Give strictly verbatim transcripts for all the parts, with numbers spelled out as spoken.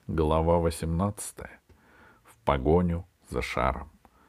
Глава восемнадцатая. В погоню за шаром.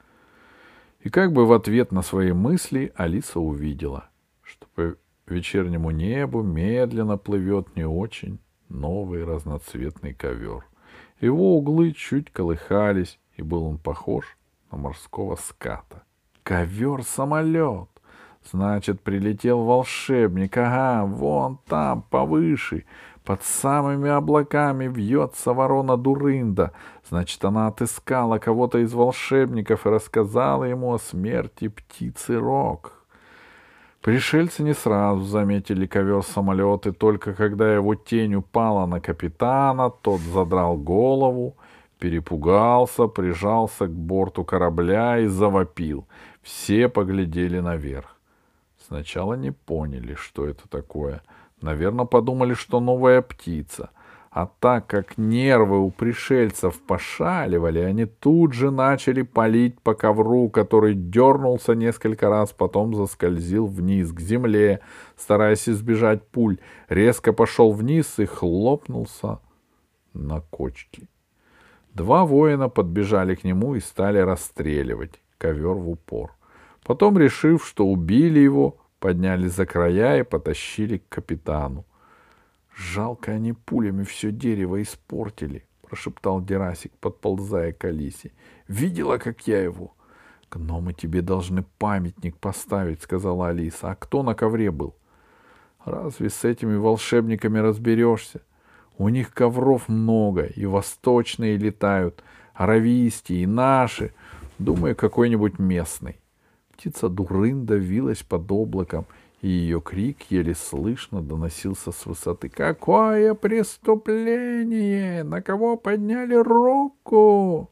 И как бы в ответ на свои мысли Алиса увидела, что по вечернему небу медленно плывет не очень новый разноцветный ковер. Его углы чуть колыхались, и был он похож на морского ската. Ковер-самолет! Значит, прилетел волшебник. Ага, вон там, повыше, под самыми облаками вьется ворона Дурында. Значит, она отыскала кого-то из волшебников и рассказала ему о смерти птицы Рок. Пришельцы не сразу заметили ковер-самолет, и только когда его тень упала на капитана, тот задрал голову, перепугался, прижался к борту корабля и завопил. Все поглядели наверх. Сначала не поняли, что это такое. Наверное, подумали, что новая птица. А так как нервы у пришельцев пошаливали, они тут же начали палить по ковру, который дернулся несколько раз, потом заскользил вниз к земле, стараясь избежать пуль, резко пошел вниз и хлопнулся на кочки. Два воина подбежали к нему и стали расстреливать ковер в упор. Потом, решив, что убили его, подняли за края и потащили к капитану. — Жалко, они пулями все дерево испортили, — прошептал Дерасик, подползая к Алисе. — Видела, как я его? — Гномы тебе должны памятник поставить, — сказала Алиса. — А кто на ковре был? — Разве с этими волшебниками разберешься? У них ковров много, и восточные летают, аравийские, и наши. Думаю, какой-нибудь местный. Птица Дурында вилась под облаком, и ее крик еле слышно доносился с высоты. «Какое преступление! На кого подняли руку?»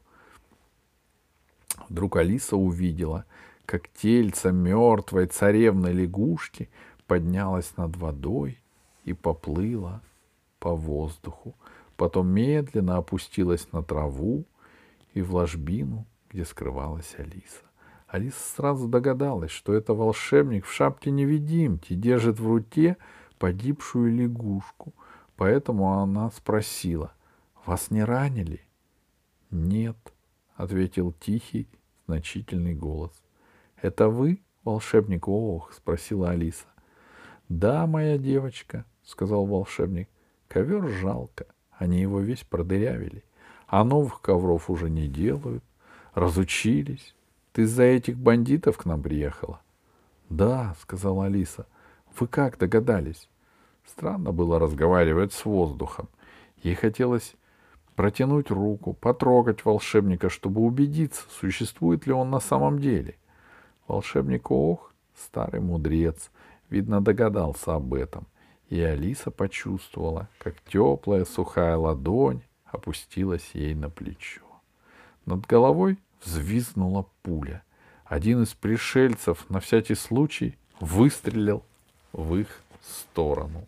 Вдруг Алиса увидела, как тельце мертвой царевны лягушки поднялось над водой и поплыло по воздуху. Потом медленно опустилась на траву и в ложбину, где скрывалась Алиса. Алиса сразу догадалась, что это волшебник в шапке-невидимке держит в руке погибшую лягушку. Поэтому она спросила: «Вас не ранили?» «Нет», — ответил тихий, значительный голос. «Это вы, волшебник Ох?» — спросила Алиса. «Да, моя девочка», — сказал волшебник. «Ковер жалко, они его весь продырявили, а новых ковров уже не делают, разучились. Ты из-за этих бандитов к нам приехала?» «Да», — сказала Алиса. «Вы как догадались?» Странно было разговаривать с воздухом. Ей хотелось протянуть руку, потрогать волшебника, чтобы убедиться, существует ли он на самом деле. Волшебник Ох, старый мудрец, видно, догадался об этом, и Алиса почувствовала, как теплая сухая ладонь опустилась ей на плечо. Над головой взвизгнула пуля. Один из пришельцев на всякий случай выстрелил в их сторону.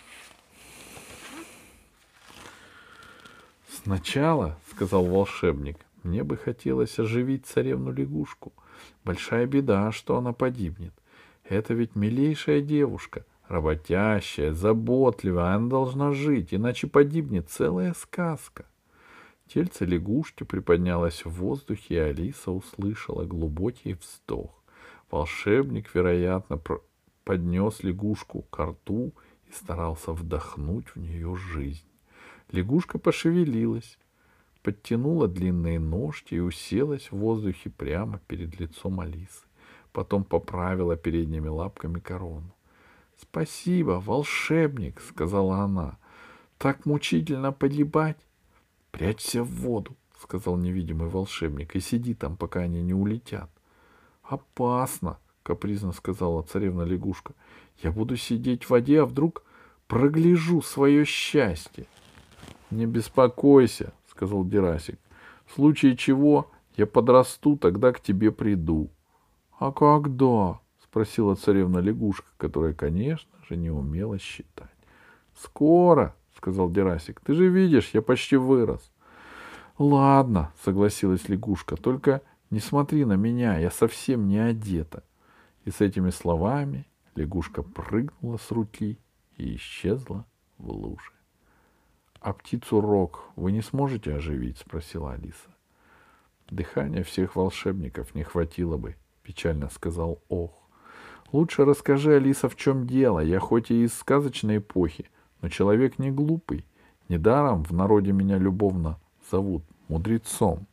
«Сначала, — сказал волшебник, — мне бы хотелось оживить царевну-лягушку. Большая беда, что она погибнет. Это ведь милейшая девушка, работящая, заботливая. Она должна жить, иначе погибнет целая сказка». Тельце лягушки приподнялось в воздухе, и Алиса услышала глубокий вздох. Волшебник, вероятно, поднес лягушку ко рту и старался вдохнуть в нее жизнь. Лягушка пошевелилась, подтянула длинные ножки и уселась в воздухе прямо перед лицом Алисы. Потом поправила передними лапками корону. «Спасибо, волшебник», — сказала она. «Так мучительно погибать». «Прячься в воду», — сказал невидимый волшебник, — «и сиди там, пока они не улетят». «Опасно», — капризно сказала царевна-лягушка. «Я буду сидеть в воде, а вдруг прогляжу свое счастье». «Не беспокойся», — сказал Дерасик. «В случае чего я подрасту, тогда к тебе приду». «А когда?» — спросила царевна-лягушка, которая, конечно же, не умела считать. «Скоро», — сказал Дерасик. «Ты же видишь, я почти вырос». «Ладно», — согласилась лягушка, — «только не смотри на меня, я совсем не одета». И с этими словами лягушка прыгнула с руки и исчезла в луже. — А птицу Рок вы не сможете оживить? — спросила Алиса. — Дыхания всех волшебников не хватило бы, — печально сказал Ох. — Лучше расскажи, Алиса, в чем дело. Я хоть и из сказочной эпохи, но человек не глупый. Недаром в народе меня любовно зовут мудрецом.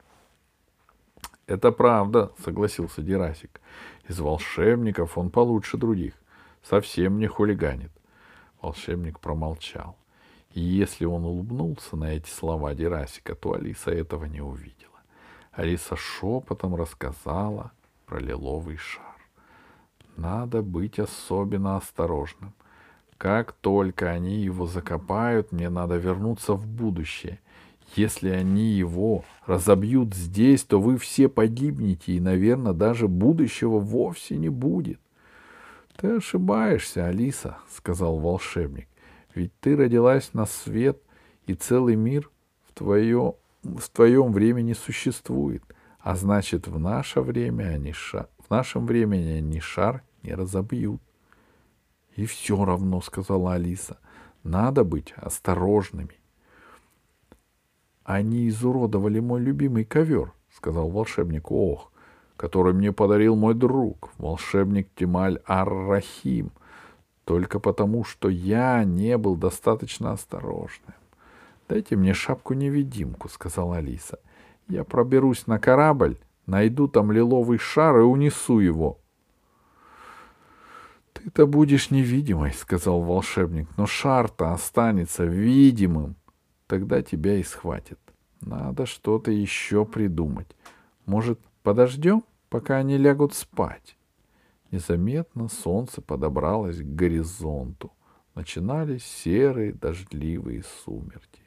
— Это правда, — согласился Дерасик. — Из волшебников он получше других. Совсем не хулиганит. Волшебник промолчал. И если он улыбнулся на эти слова Дерасика, то Алиса этого не увидела. Алиса шепотом рассказала про лиловый шар. Надо быть особенно осторожным. Как только они его закопают, мне надо вернуться в будущее. Если они его разобьют здесь, то вы все погибнете, и, наверное, даже будущего вовсе не будет. — Ты ошибаешься, Алиса, — сказал волшебник. — Ведь ты родилась на свет, и целый мир в, твое, в твоем времени существует. А значит, в наше время они ша, в нашем времени они шар не разобьют. — И все равно, — сказала Алиса, — надо быть осторожными. — Они изуродовали мой любимый ковер, — сказал волшебник Ох, — который мне подарил мой друг, волшебник Тималь Ар-Рахим, только потому, что я не был достаточно осторожным. — Дайте мне шапку-невидимку, — сказала Алиса. — Я проберусь на корабль, найду там лиловый шар и унесу его. — Ты-то будешь невидимой, — сказал волшебник, — но шар-то останется видимым. Тогда тебя и схватит. Надо что-то еще придумать. Может, подождем, пока они лягут спать? Незаметно солнце подобралось к горизонту. Начинались серые дождливые сумерки.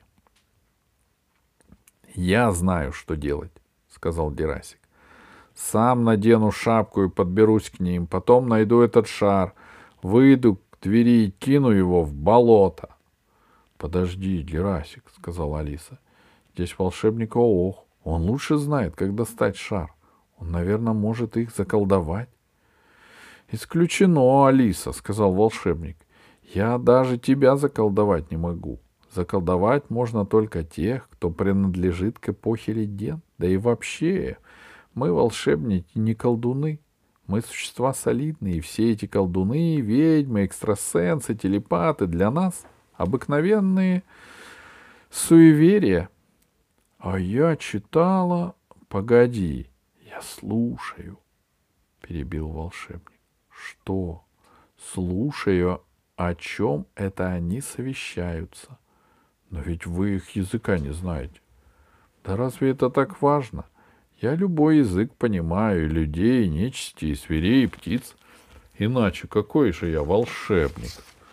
— Я знаю, что делать, — сказал Дерасик. — Сам надену шапку и подберусь к ним. Потом найду этот шар, выйду к двери и кину его в болото. — Подожди, Дерасик, — сказала Алиса. — Здесь волшебник Ох. Он лучше знает, как достать шар. Он, наверное, может их заколдовать. — Исключено, Алиса, — сказал волшебник. — Я даже тебя заколдовать не могу. Заколдовать можно только тех, кто принадлежит к эпохе легенд. Да и вообще, мы, волшебники, не колдуны. Мы существа солидные, и все эти колдуны, ведьмы, экстрасенсы, телепаты для нас обыкновенные суеверия. — А я читала... — Погоди, я слушаю, — перебил волшебник. — Что? Слушаю, о чем это они совещаются. Но ведь вы их языка не знаете. Да разве это так важно? Я любой язык понимаю, и людей, и нечисти, и зверей, и птиц. Иначе какой же я волшебник?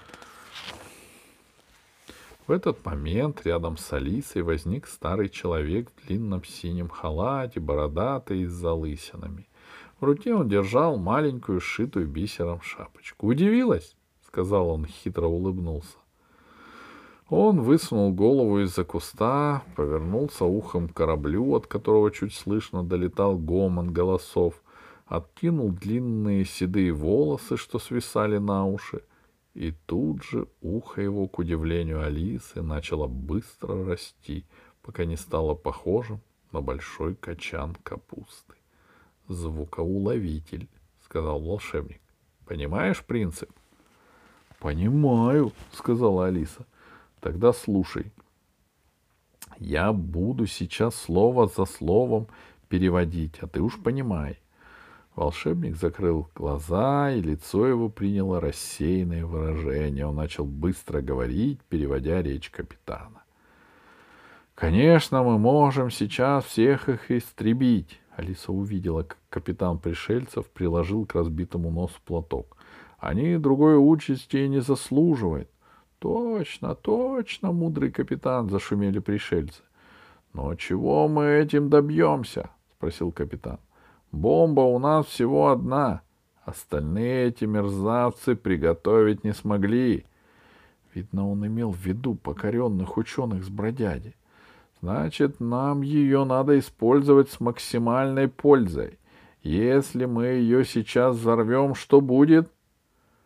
В этот момент рядом с Алисой возник старый человек в длинном синем халате, бородатый и с залысинами. В руке он держал маленькую, сшитую бисером шапочку. «Удивилась?» — сказал он, хитро улыбнулся. Он высунул голову из-за куста, повернулся ухом к кораблю, от которого чуть слышно долетал гомон голосов, откинул длинные седые волосы, что свисали на уши, и тут же ухо его, к удивлению Алисы, начало быстро расти, пока не стало похожим на большой качан капусты. — Звукоуловитель, — сказал волшебник. — Понимаешь принцип? — Понимаю, — сказала Алиса. — Тогда слушай. Я буду сейчас слово за словом переводить, а ты уж понимай. Волшебник закрыл глаза, и лицо его приняло рассеянное выражение. Он начал быстро говорить, переводя речь капитана. «Конечно, мы можем сейчас всех их истребить». Алиса увидела, как капитан пришельцев приложил к разбитому носу платок. «Они другой участи и не заслуживают». «Точно, точно, мудрый капитан», — зашумели пришельцы. «Но чего мы этим добьемся?» — спросил капитан. «Бомба у нас всего одна. Остальные эти мерзавцы приготовить не смогли». Видно, он имел в виду покоренных ученых с бродяги. «Значит, нам ее надо использовать с максимальной пользой. Если мы ее сейчас взорвем, что будет?»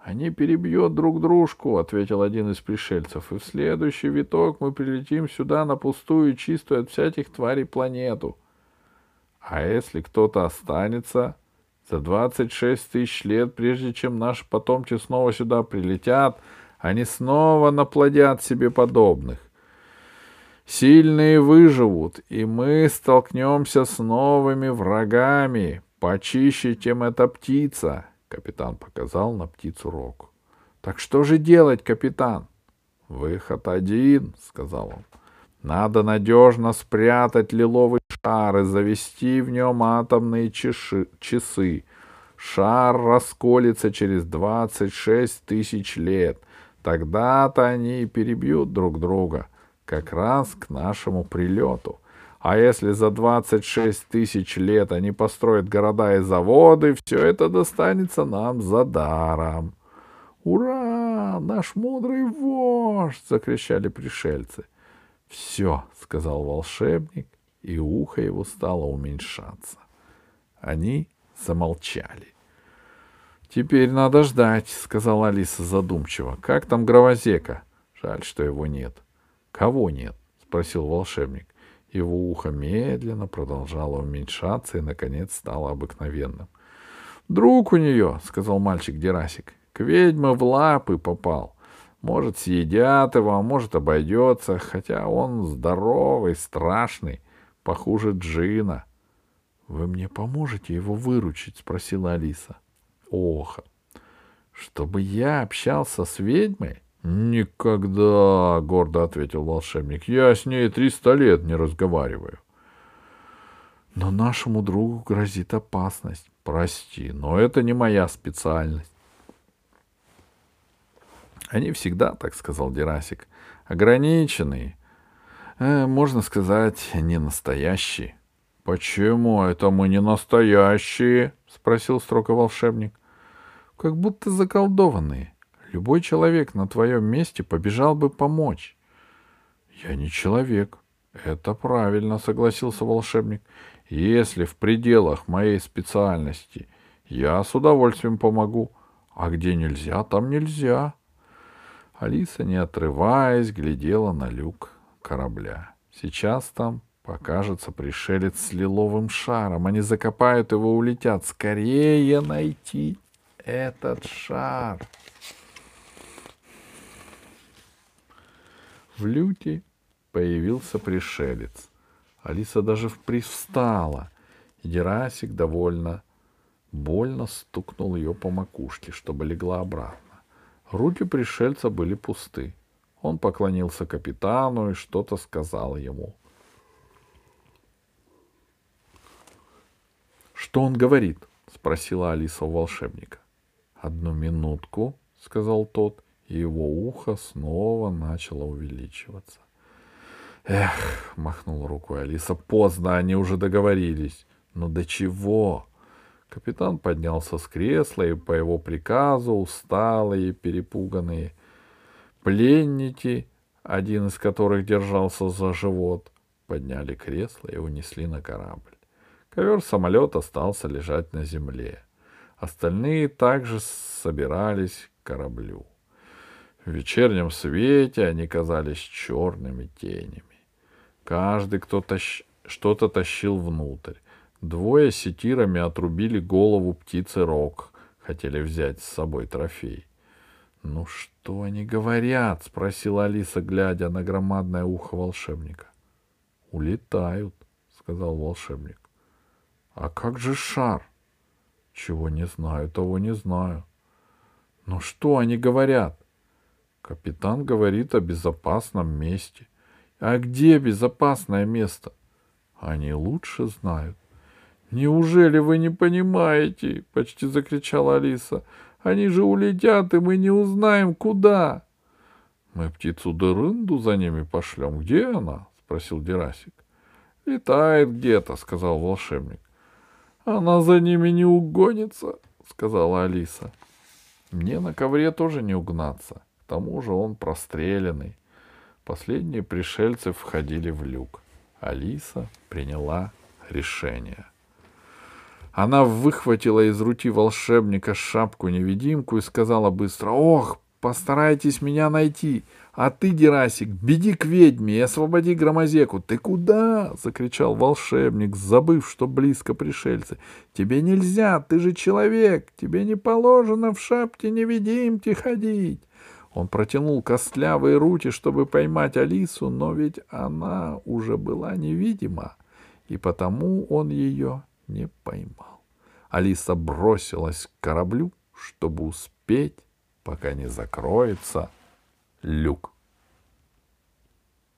Они перебьют друг дружку, — ответил один из пришельцев, — и в следующий виток мы прилетим сюда на пустую и чистую от всяких тварей планету. А если кто-то останется, за двадцать шесть тысяч лет, прежде чем наши потомки снова сюда прилетят, они снова наплодят себе подобных. Сильные выживут, и мы столкнемся с новыми врагами, почище, чем эта птица. Капитан показал на птицу Року. — Так что же делать, капитан? — Выход один, — сказал он. — Надо надежно спрятать лиловый шар и завести в нем атомные чеши, часы. Шар расколется через двадцать шесть тысяч лет. Тогда-то они и перебьют друг друга, как раз к нашему прилету. А если за двадцать шесть тысяч лет они построят города и заводы, все это достанется нам за даром. — Ура! Наш мудрый вождь! — закричали пришельцы. — Все, — сказал волшебник, и ухо его стало уменьшаться. Они замолчали. — Теперь надо ждать, — сказала Алиса задумчиво. — Как там Гровозека? Жаль, что его нет. — Кого нет? — спросил волшебник. Его ухо медленно продолжало уменьшаться и, наконец, стало обыкновенным. — Друг у нее, — сказал мальчик Дерасик, — к ведьме в лапы попал. Может, съедят его, а может, обойдется, хотя он здоровый, страшный, похуже Джина. — Вы мне поможете его выручить? — спросила Алиса. — Ох, чтобы я общался с ведьмой? — Никогда, — гордо ответил волшебник. — Я с ней триста лет не разговариваю. — Но нашему другу грозит опасность. — Прости, но это не моя специальность. — Они всегда, так сказал Дерасик, ограниченные, э, можно сказать, не настоящие. — Почему это мы не настоящие? — спросил строго волшебник. — Как будто заколдованные. Любой человек на твоем месте побежал бы помочь. — Я не человек. — Это правильно, — согласился волшебник. — Если в пределах моей специальности, я с удовольствием помогу. А где нельзя, там нельзя. Алиса, не отрываясь, глядела на люк корабля. Сейчас там покажется пришелец с лиловым шаром. Они закопают его и улетят. Скорее найти этот шар. В люке появился пришелец. Алиса даже привстала, и Дерасик довольно больно стукнул ее по макушке, чтобы легла обратно. Руки пришельца были пусты. Он поклонился капитану и что-то сказал ему. — Что он говорит? — спросила Алиса у волшебника. — Одну минутку, — сказал тот, и его ухо снова начало увеличиваться. — Эх, — махнула рукой Алиса, — поздно, они уже договорились. Но до чего? Капитан поднялся с кресла, и по его приказу усталые и перепуганные пленники, один из которых держался за живот, подняли кресло и унесли на корабль. Ковер самолета остался лежать на земле. Остальные также собирались к кораблю. В вечернем свете они казались черными тенями. Каждый, кто тащ... что-то тащил внутрь. Двое сетирами отрубили голову птицы Рок, хотели взять с собой трофей. — Ну что они говорят? — спросила Алиса, глядя на громадное ухо волшебника. — Улетают, — сказал волшебник. — А как же шар? — Чего не знаю, того не знаю. — Ну что они говорят? — Капитан говорит о безопасном месте. — А где безопасное место? — Они лучше знают. — Неужели вы не понимаете? — почти закричала Алиса. — Они же улетят, и мы не узнаем, куда. — Мы птицу Дырынду за ними пошлем. Где она? — спросил Дерасик. — Летает где-то, — сказал волшебник. — Она за ними не угонится, — сказала Алиса. — Мне на ковре тоже не угнаться. К тому же он простреленный. Последние пришельцы входили в люк. Алиса приняла решение. Она выхватила из руки волшебника шапку-невидимку и сказала быстро: «Ох, постарайтесь меня найти! А ты, Герасик, беги к ведьме и освободи Громозеку!» «Ты куда?» — закричал волшебник, забыв, что близко пришельцы. «Тебе нельзя, ты же человек! Тебе не положено в шапке-невидимке ходить!» Он протянул костлявые руки, чтобы поймать Алису, но ведь она уже была невидима, и потому он ее не поймал. Алиса бросилась к кораблю, чтобы успеть, пока не закроется люк.